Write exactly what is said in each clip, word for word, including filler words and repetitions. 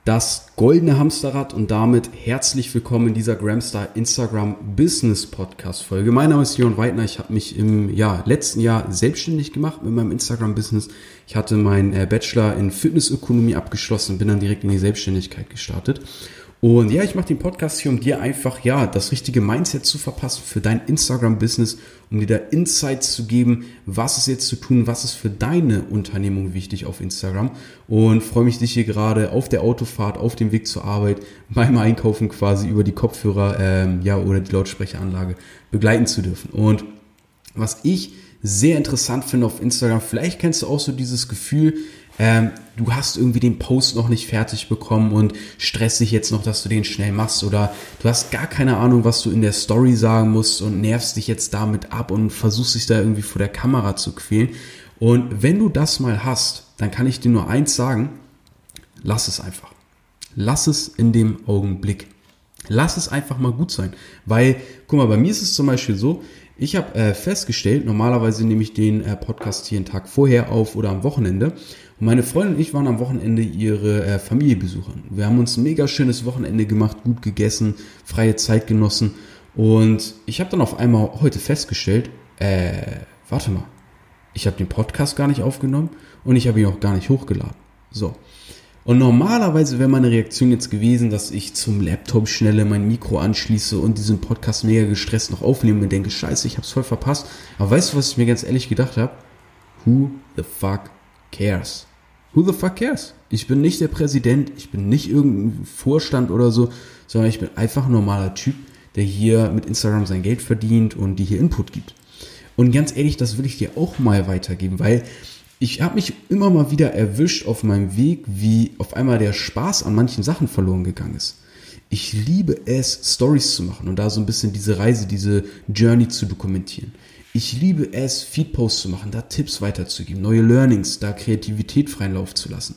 Das goldene Hamsterrad und damit herzlich willkommen in dieser Gramstar Instagram Business Podcast Folge. Mein Name ist Jörn Weidner. Ich habe mich im ja, letzten Jahr selbstständig gemacht mit meinem Instagram Business. Ich hatte meinen äh, Bachelor in Fitnessökonomie abgeschlossen, bin dann direkt in die Selbstständigkeit gestartet. Und ja, ich mache den Podcast hier, um dir einfach ja das richtige Mindset zu verpassen für dein Instagram-Business, um dir da Insights zu geben, was ist jetzt zu tun, was ist für deine Unternehmung wichtig auf Instagram. Und freue mich, dich hier gerade auf der Autofahrt, auf dem Weg zur Arbeit, beim Einkaufen quasi über die Kopfhörer ähm, ja oder die Lautsprecheranlage begleiten zu dürfen. Und was ich sehr interessant finde auf Instagram, vielleicht kennst du auch so dieses Gefühl, Ähm, du hast irgendwie den Post noch nicht fertig bekommen und stresst dich jetzt noch, dass du den schnell machst, oder du hast gar keine Ahnung, was du in der Story sagen musst und nervst dich jetzt damit ab und versuchst dich da irgendwie vor der Kamera zu quälen. Und wenn du das mal hast, dann kann ich dir nur eins sagen: Lass es einfach. Lass es in dem Augenblick. Lass es einfach mal gut sein. Weil, guck mal, bei mir ist es zum Beispiel so, ich habe äh, festgestellt, normalerweise nehme ich den äh, Podcast hier einen Tag vorher auf oder am Wochenende. Und meine Freundin und ich waren am Wochenende ihre äh, Familie besuchen. Wir haben uns ein mega schönes Wochenende gemacht, gut gegessen, freie Zeit genossen. Und ich habe dann auf einmal heute festgestellt, äh, warte mal, ich habe den Podcast gar nicht aufgenommen und ich habe ihn auch gar nicht hochgeladen. So. Und normalerweise wäre meine Reaktion jetzt gewesen, dass ich zum Laptop schnelle mein Mikro anschließe und diesen Podcast mega gestresst noch aufnehme und denke, scheiße, ich hab's voll verpasst. Aber weißt du, was ich mir ganz ehrlich gedacht habe? Who the fuck cares? Who the fuck cares? Ich bin nicht der Präsident, ich bin nicht irgendein Vorstand oder so, sondern ich bin einfach ein normaler Typ, der hier mit Instagram sein Geld verdient und die hier Input gibt. Und ganz ehrlich, das will ich dir auch mal weitergeben, weil ich habe mich immer mal wieder erwischt auf meinem Weg, wie auf einmal der Spaß an manchen Sachen verloren gegangen ist. Ich liebe es, Stories zu machen und da so ein bisschen diese Reise, diese Journey zu dokumentieren. Ich liebe es, Feedposts zu machen, da Tipps weiterzugeben, neue Learnings, da Kreativität freien Lauf zu lassen.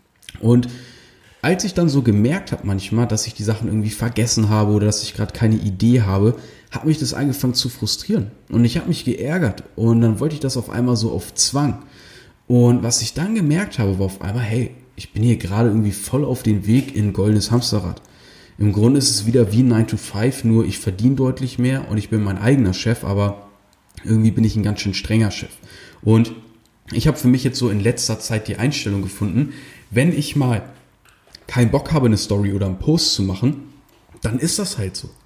Und als ich dann so gemerkt habe manchmal, dass ich die Sachen irgendwie vergessen habe oder dass ich gerade keine Idee habe, hat mich das angefangen zu frustrieren. Und ich habe mich geärgert und dann wollte ich das auf einmal so auf Zwang. Und was ich dann gemerkt habe, war auf einmal, hey, ich bin hier gerade irgendwie voll auf den Weg in goldenes Hamsterrad. Im Grunde ist es wieder wie nine to five, nur ich verdiene deutlich mehr und ich bin mein eigener Chef, aber irgendwie bin ich ein ganz schön strenger Chef. Und ich habe für mich jetzt so in letzter Zeit die Einstellung gefunden, wenn ich mal keinen Bock habe, eine Story oder einen Post zu machen, dann ist das halt so.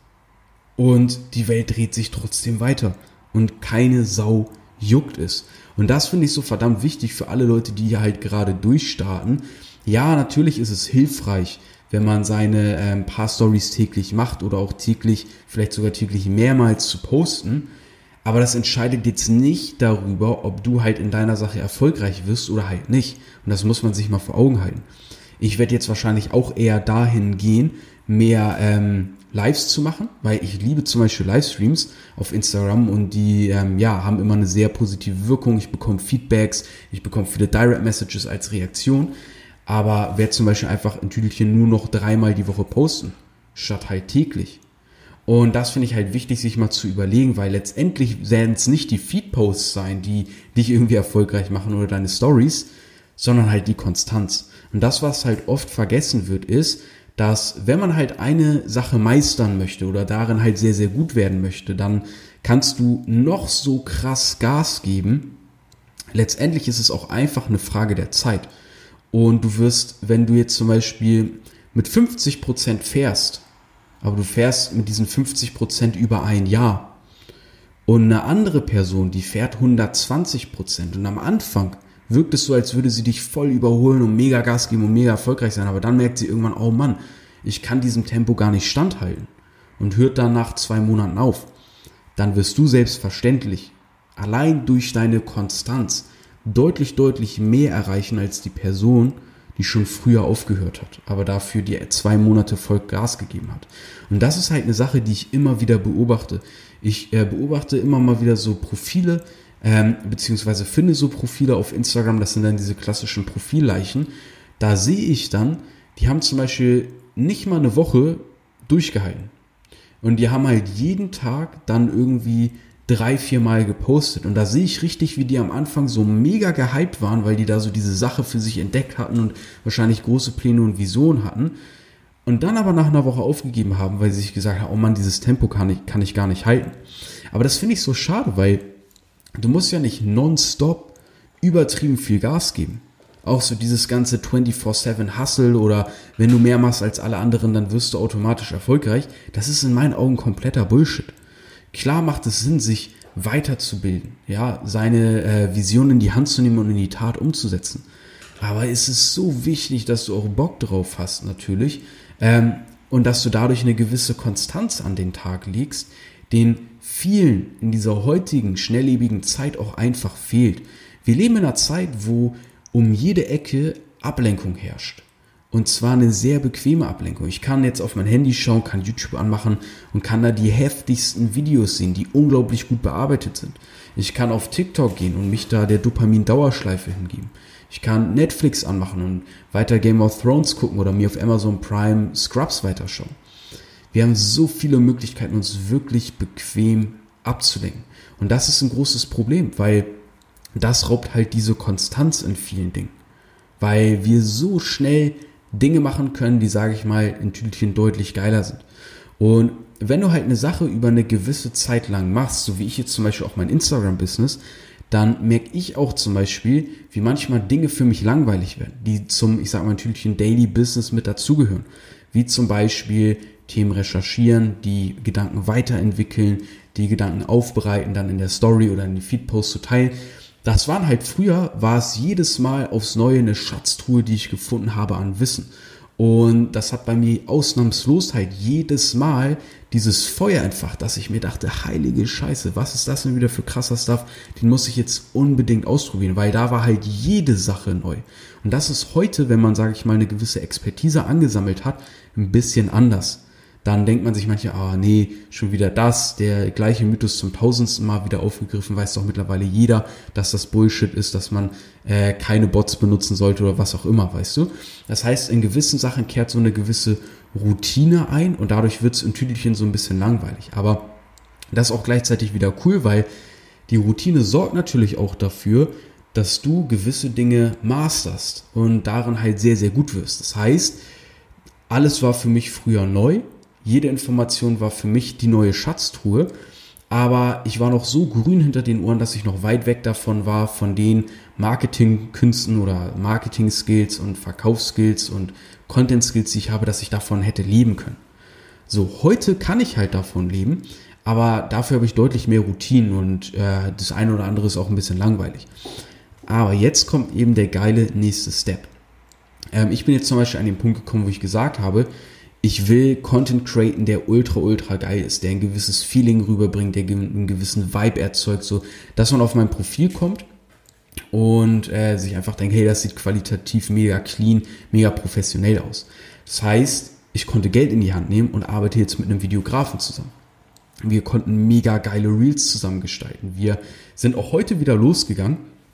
Und die Welt dreht sich trotzdem weiter und keine Sau juckt es. Und das finde ich so verdammt wichtig für alle Leute, die hier halt gerade durchstarten. Ja, natürlich ist es hilfreich, wenn man seine ähm, paar Stories täglich macht oder auch täglich, vielleicht sogar täglich mehrmals zu posten. Aber das entscheidet jetzt nicht darüber, ob du halt in deiner Sache erfolgreich wirst oder halt nicht. Und das muss man sich mal vor Augen halten. Ich werde jetzt wahrscheinlich auch eher dahin gehen, mehr ähm, Lives zu machen, weil ich liebe zum Beispiel Livestreams auf Instagram und die ähm, ja haben immer eine sehr positive Wirkung. Ich bekomme Feedbacks, ich bekomme viele Direct Messages als Reaktion, aber werde zum Beispiel einfach ein Tüdelchen nur noch dreimal die Woche posten, statt halt täglich. Und das finde ich halt wichtig, sich mal zu überlegen, weil letztendlich werden es nicht die Feed-Posts sein, die dich irgendwie erfolgreich machen oder deine Stories, sondern halt die Konstanz. Und das, was halt oft vergessen wird, ist, dass wenn man halt eine Sache meistern möchte oder darin halt sehr, sehr gut werden möchte, dann kannst du noch so krass Gas geben. Letztendlich ist es auch einfach eine Frage der Zeit. Und du wirst, wenn du jetzt zum Beispiel mit fünfzig Prozent fährst, aber du fährst mit diesen fünfzig Prozent über ein Jahr und eine andere Person, die fährt hundertzwanzig Prozent und am Anfang wirkt es so, als würde sie dich voll überholen und mega Gas geben und mega erfolgreich sein. Aber dann merkt sie irgendwann, oh Mann, ich kann diesem Tempo gar nicht standhalten. Und hört dann nach zwei Monaten auf. Dann wirst du selbstverständlich allein durch deine Konstanz deutlich, deutlich mehr erreichen als die Person, die schon früher aufgehört hat, aber dafür die zwei Monate voll Gas gegeben hat. Und das ist halt eine Sache, die ich immer wieder beobachte. Ich äh, beobachte immer mal wieder so Profile, Ähm, beziehungsweise finde so Profile auf Instagram, das sind dann diese klassischen Profilleichen, da sehe ich dann, die haben zum Beispiel nicht mal eine Woche durchgehalten und die haben halt jeden Tag dann irgendwie drei, vier Mal gepostet. Und da sehe ich richtig, wie die am Anfang so mega gehypt waren, weil die da so diese Sache für sich entdeckt hatten und wahrscheinlich große Pläne und Visionen hatten. Und dann aber nach einer Woche aufgegeben haben, weil sie sich gesagt haben, oh Mann, dieses Tempo kann ich, kann ich gar nicht halten. Aber das finde ich so schade, weil du musst ja nicht nonstop übertrieben viel Gas geben. Auch so dieses ganze vierundzwanzig sieben Hustle oder wenn du mehr machst als alle anderen, dann wirst du automatisch erfolgreich. Das ist in meinen Augen kompletter Bullshit. Klar macht es Sinn, sich weiterzubilden, ja, seine äh, Vision in die Hand zu nehmen und in die Tat umzusetzen. Aber es ist so wichtig, dass du auch Bock drauf hast, natürlich, ähm, und dass du dadurch eine gewisse Konstanz an den Tag legst, den vielen in dieser heutigen, schnelllebigen Zeit auch einfach fehlt. Wir leben in einer Zeit, wo um jede Ecke Ablenkung herrscht. Und zwar eine sehr bequeme Ablenkung. Ich kann jetzt auf mein Handy schauen, kann YouTube anmachen und kann da die heftigsten Videos sehen, die unglaublich gut bearbeitet sind. Ich kann auf TikTok gehen und mich da der Dopamin-Dauerschleife hingeben. Ich kann Netflix anmachen und weiter Game of Thrones gucken oder mir auf Amazon Prime Scrubs weiterschauen. Wir haben so viele Möglichkeiten, uns wirklich bequem abzulenken. Und das ist ein großes Problem, weil das raubt halt diese Konstanz in vielen Dingen. Weil wir so schnell Dinge machen können, die, sage ich mal, in Tüdelchen deutlich geiler sind. Und wenn du halt eine Sache über eine gewisse Zeit lang machst, so wie ich jetzt zum Beispiel auch mein Instagram-Business, dann merke ich auch zum Beispiel, wie manchmal Dinge für mich langweilig werden, die zum, ich sag mal, Tüdelchen Daily Business mit dazugehören. Wie zum Beispiel Themen recherchieren, die Gedanken weiterentwickeln, die Gedanken aufbereiten, dann in der Story oder in die Feed-Post zu teilen. Das waren halt früher, war es jedes Mal aufs Neue eine Schatztruhe, die ich gefunden habe an Wissen. Und das hat bei mir ausnahmslos halt jedes Mal dieses Feuer entfacht, dass ich mir dachte, heilige Scheiße, was ist das denn wieder für krasser Stuff? Den muss ich jetzt unbedingt ausprobieren, weil da war halt jede Sache neu. Und das ist heute, wenn man, sage ich mal, eine gewisse Expertise angesammelt hat, ein bisschen anders. Dann denkt man sich manchmal, ah nee, schon wieder das, der gleiche Mythos zum tausendsten Mal wieder aufgegriffen, weiß doch mittlerweile jeder, dass das Bullshit ist, dass man äh, keine Bots benutzen sollte oder was auch immer, weißt du. Das heißt, in gewissen Sachen kehrt so eine gewisse Routine ein und dadurch wird es in Tüdelchen so ein bisschen langweilig. Aber das ist auch gleichzeitig wieder cool, weil die Routine sorgt natürlich auch dafür, dass du gewisse Dinge masterst und darin halt sehr, sehr gut wirst. Das heißt, alles war für mich früher neu. Jede Information war für mich die neue Schatztruhe, aber ich war noch so grün hinter den Ohren, dass ich noch weit weg davon war, von den Marketingkünsten oder Marketing-Skills und Verkaufsskills und Content-Skills, die ich habe, dass ich davon hätte leben können. So, heute kann ich halt davon leben, aber dafür habe ich deutlich mehr Routinen und äh, das eine oder andere ist auch ein bisschen langweilig. Aber jetzt kommt eben der geile nächste Step. Ähm, ich bin jetzt zum Beispiel an den Punkt gekommen, wo ich gesagt habe, ich will Content createn, der ultra, ultra geil ist, der ein gewisses Feeling rüberbringt, der einen gewissen Vibe erzeugt, so dass man auf mein Profil kommt und äh, sich einfach denkt, hey, das sieht qualitativ mega clean, mega professionell aus. Das heißt, ich konnte Geld in die Hand nehmen und arbeite jetzt mit einem Videografen zusammen. Wir konnten mega geile Reels zusammen gestalten. Wir sind auch heute wieder losgegangen,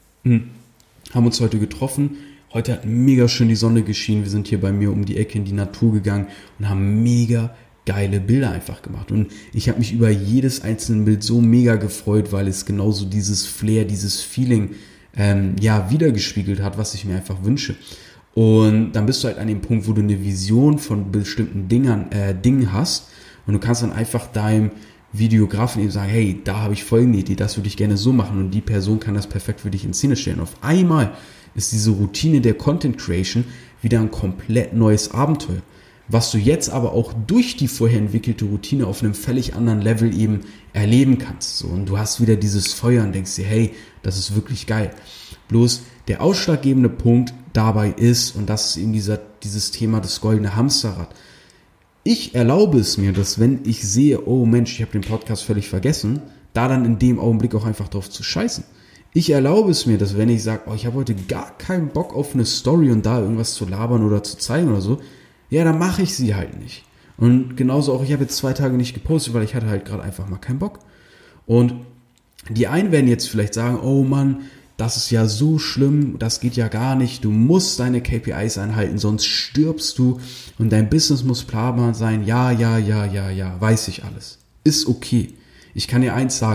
haben uns heute getroffen. Heute hat mega schön die Sonne geschienen. Wir sind hier bei mir um die Ecke in die Natur gegangen und haben mega geile Bilder einfach gemacht. Und ich habe mich über jedes einzelne Bild so mega gefreut, weil es genauso dieses Flair, dieses Feeling ähm, ja wiedergespiegelt hat, was ich mir einfach wünsche. Und dann bist du halt an dem Punkt, wo du eine Vision von bestimmten Dingern, äh, Dingen hast und du kannst dann einfach deinem Videografen eben sagen, hey, da habe ich folgende Idee, das würde ich gerne so machen und die Person kann das perfekt für dich in Szene stellen. Und auf einmal ist diese Routine der Content Creation wieder ein komplett neues Abenteuer, was du jetzt aber auch durch die vorher entwickelte Routine auf einem völlig anderen Level eben erleben kannst. So, und du hast wieder dieses Feuer und denkst dir, hey, das ist wirklich geil. Bloß der ausschlaggebende Punkt dabei ist, und das ist eben dieser, dieses Thema des goldenen Hamsterrad. Ich erlaube es mir, dass wenn ich sehe, oh Mensch, ich habe den Podcast völlig vergessen, da dann in dem Augenblick auch einfach drauf zu scheißen. Ich erlaube es mir, dass wenn ich sage, oh, ich habe heute gar keinen Bock auf eine Story und da irgendwas zu labern oder zu zeigen oder so, ja, dann mache ich sie halt nicht. Und genauso auch, ich habe jetzt zwei Tage nicht gepostet, weil ich hatte halt gerade einfach mal keinen Bock. Und die einen werden jetzt vielleicht sagen, oh Mann, das ist ja so schlimm, das geht ja gar nicht, du musst deine K P Is einhalten, sonst stirbst du und dein Business muss planbar sein. Ja, ja, ja, ja, ja, weiß ich alles. Ist okay. Ich kann dir eins sagen,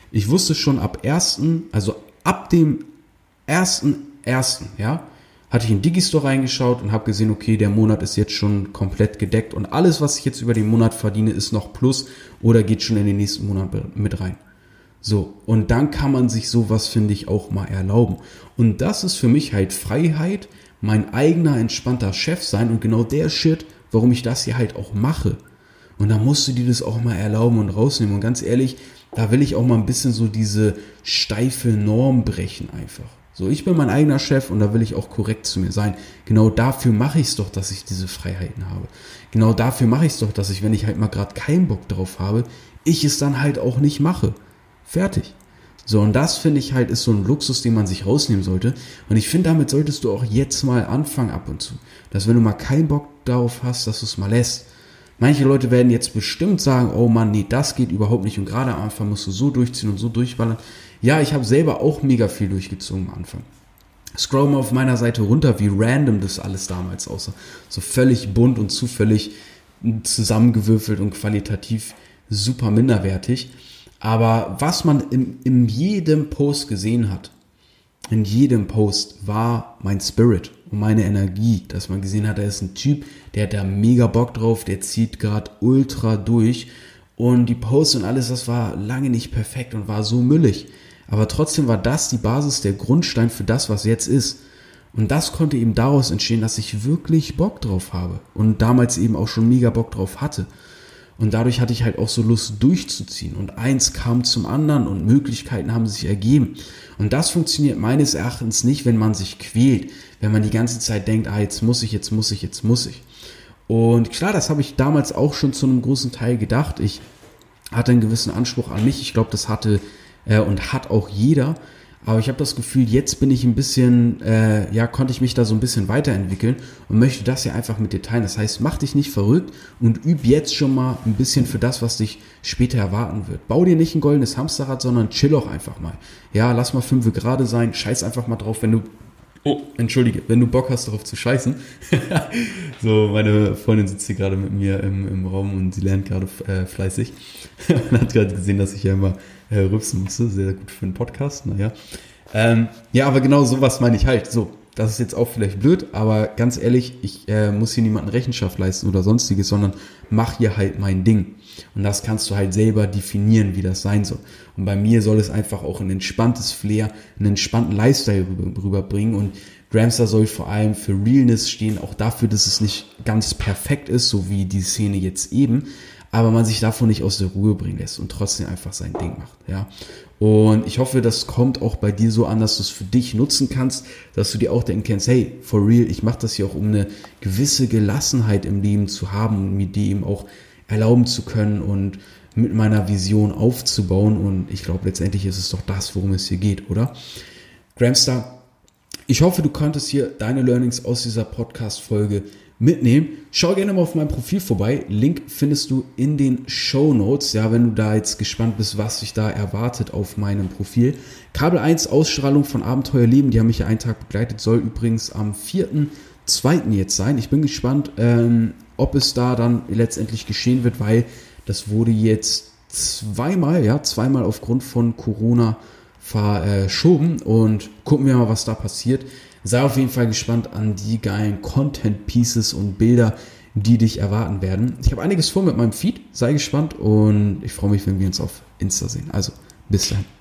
Ich wusste schon ab ersten, also ab dem ersten ersten, ja, hatte ich in Digistore reingeschaut und habe gesehen, okay, der Monat ist jetzt schon komplett gedeckt und alles, was ich jetzt über den Monat verdiene, ist noch plus oder geht schon in den nächsten Monat mit rein. So, und dann kann man sich sowas, finde ich, auch mal erlauben. Und das ist für mich halt Freiheit, mein eigener entspannter Chef sein und genau der Shit, warum ich das hier halt auch mache. Und da musst du dir das auch mal erlauben und rausnehmen. Und ganz ehrlich, da will ich auch mal ein bisschen so diese steife Norm brechen einfach. So, ich bin mein eigener Chef und da will ich auch korrekt zu mir sein. Genau dafür mache ich es doch, dass ich diese Freiheiten habe. Genau dafür mache ich es doch, dass ich, wenn ich halt mal gerade keinen Bock drauf habe, ich es dann halt auch nicht mache. Fertig. So, und das finde ich halt ist so ein Luxus, den man sich rausnehmen sollte. Und ich finde, damit solltest du auch jetzt mal anfangen ab und zu. Dass wenn du mal keinen Bock darauf hast, dass du es mal lässt. Manche Leute werden jetzt bestimmt sagen, oh Mann, nee, das geht überhaupt nicht. Und gerade am Anfang musst du so durchziehen und so durchballern. Ja, ich habe selber auch mega viel durchgezogen am Anfang. Scroll mal auf meiner Seite runter, wie random das alles damals aussah. So völlig bunt und zufällig zusammengewürfelt und qualitativ super minderwertig. Aber was man in, in jedem Post gesehen hat, in jedem Post war mein Spirit und meine Energie, dass man gesehen hat, da ist ein Typ, der hat da mega Bock drauf, der zieht gerade ultra durch und die Posts und alles, das war lange nicht perfekt und war so müllig. Aber trotzdem war das die Basis, der Grundstein für das, was jetzt ist. Und das konnte eben daraus entstehen, dass ich wirklich Bock drauf habe und damals eben auch schon mega Bock drauf hatte. Und dadurch hatte ich halt auch so Lust durchzuziehen. Und eins kam zum anderen und Möglichkeiten haben sich ergeben. Und das funktioniert meines Erachtens nicht, wenn man sich quält. Wenn man die ganze Zeit denkt, ah, jetzt muss ich, jetzt muss ich, jetzt muss ich. Und klar, das habe ich damals auch schon zu einem großen Teil gedacht. Ich hatte einen gewissen Anspruch an mich. Ich glaube, das hatte äh, und hat auch jeder. Aber ich habe das Gefühl, jetzt bin ich ein bisschen, äh, ja, konnte ich mich da so ein bisschen weiterentwickeln und möchte das ja einfach mit dir teilen. Das heißt, mach dich nicht verrückt und üb jetzt schon mal ein bisschen für das, was dich später erwarten wird. Bau dir nicht ein goldenes Hamsterrad, sondern chill auch einfach mal. Ja, lass mal fünf gerade sein, scheiß einfach mal drauf, wenn du, oh, entschuldige, wenn du Bock hast, darauf zu scheißen. So, meine Freundin sitzt hier gerade mit mir im, im Raum und sie lernt gerade äh, fleißig und hat gerade gesehen, dass ich ja immer äh, rübsen musste. Sehr gut für einen Podcast, naja. Ähm, ja, aber genau sowas meine ich halt. So, das ist jetzt auch vielleicht blöd, aber ganz ehrlich, ich äh, muss hier niemanden Rechenschaft leisten oder sonstiges, sondern mach hier halt mein Ding. Und das kannst du halt selber definieren, wie das sein soll. Und bei mir soll es einfach auch ein entspanntes Flair, einen entspannten Lifestyle rüber, rüberbringen. Und Gramstar soll vor allem für Realness stehen, auch dafür, dass es nicht ganz perfekt ist, so wie die Szene jetzt eben, aber man sich davon nicht aus der Ruhe bringen lässt und trotzdem einfach sein Ding macht, ja. Und ich hoffe, das kommt auch bei dir so an, dass du es für dich nutzen kannst, dass du dir auch denken kannst, hey, for real, ich mache das hier auch, um eine gewisse Gelassenheit im Leben zu haben und mir die eben auch erlauben zu können und mit meiner Vision aufzubauen. Und ich glaube, letztendlich ist es doch das, worum es hier geht, oder? Gramstar, ich hoffe, du konntest hier deine Learnings aus dieser Podcast-Folge mitnehmen. Schau gerne mal auf meinem Profil vorbei. Link findest du in den Shownotes. Ja, wenn du da jetzt gespannt bist, was sich da erwartet auf meinem Profil. Kabel eins Ausstrahlung von Abenteuerleben, die haben mich ja einen Tag begleitet, soll übrigens am vierten zweiten jetzt sein. Ich bin gespannt, ähm, ob es da dann letztendlich geschehen wird, weil das wurde jetzt zweimal, ja, zweimal aufgrund von Corona verschoben und gucken wir mal, was da passiert. Sei auf jeden Fall gespannt an die geilen Content-Pieces und Bilder, die dich erwarten werden. Ich habe einiges vor mit meinem Feed, sei gespannt und ich freue mich, wenn wir uns auf Insta sehen. Also, bis dann.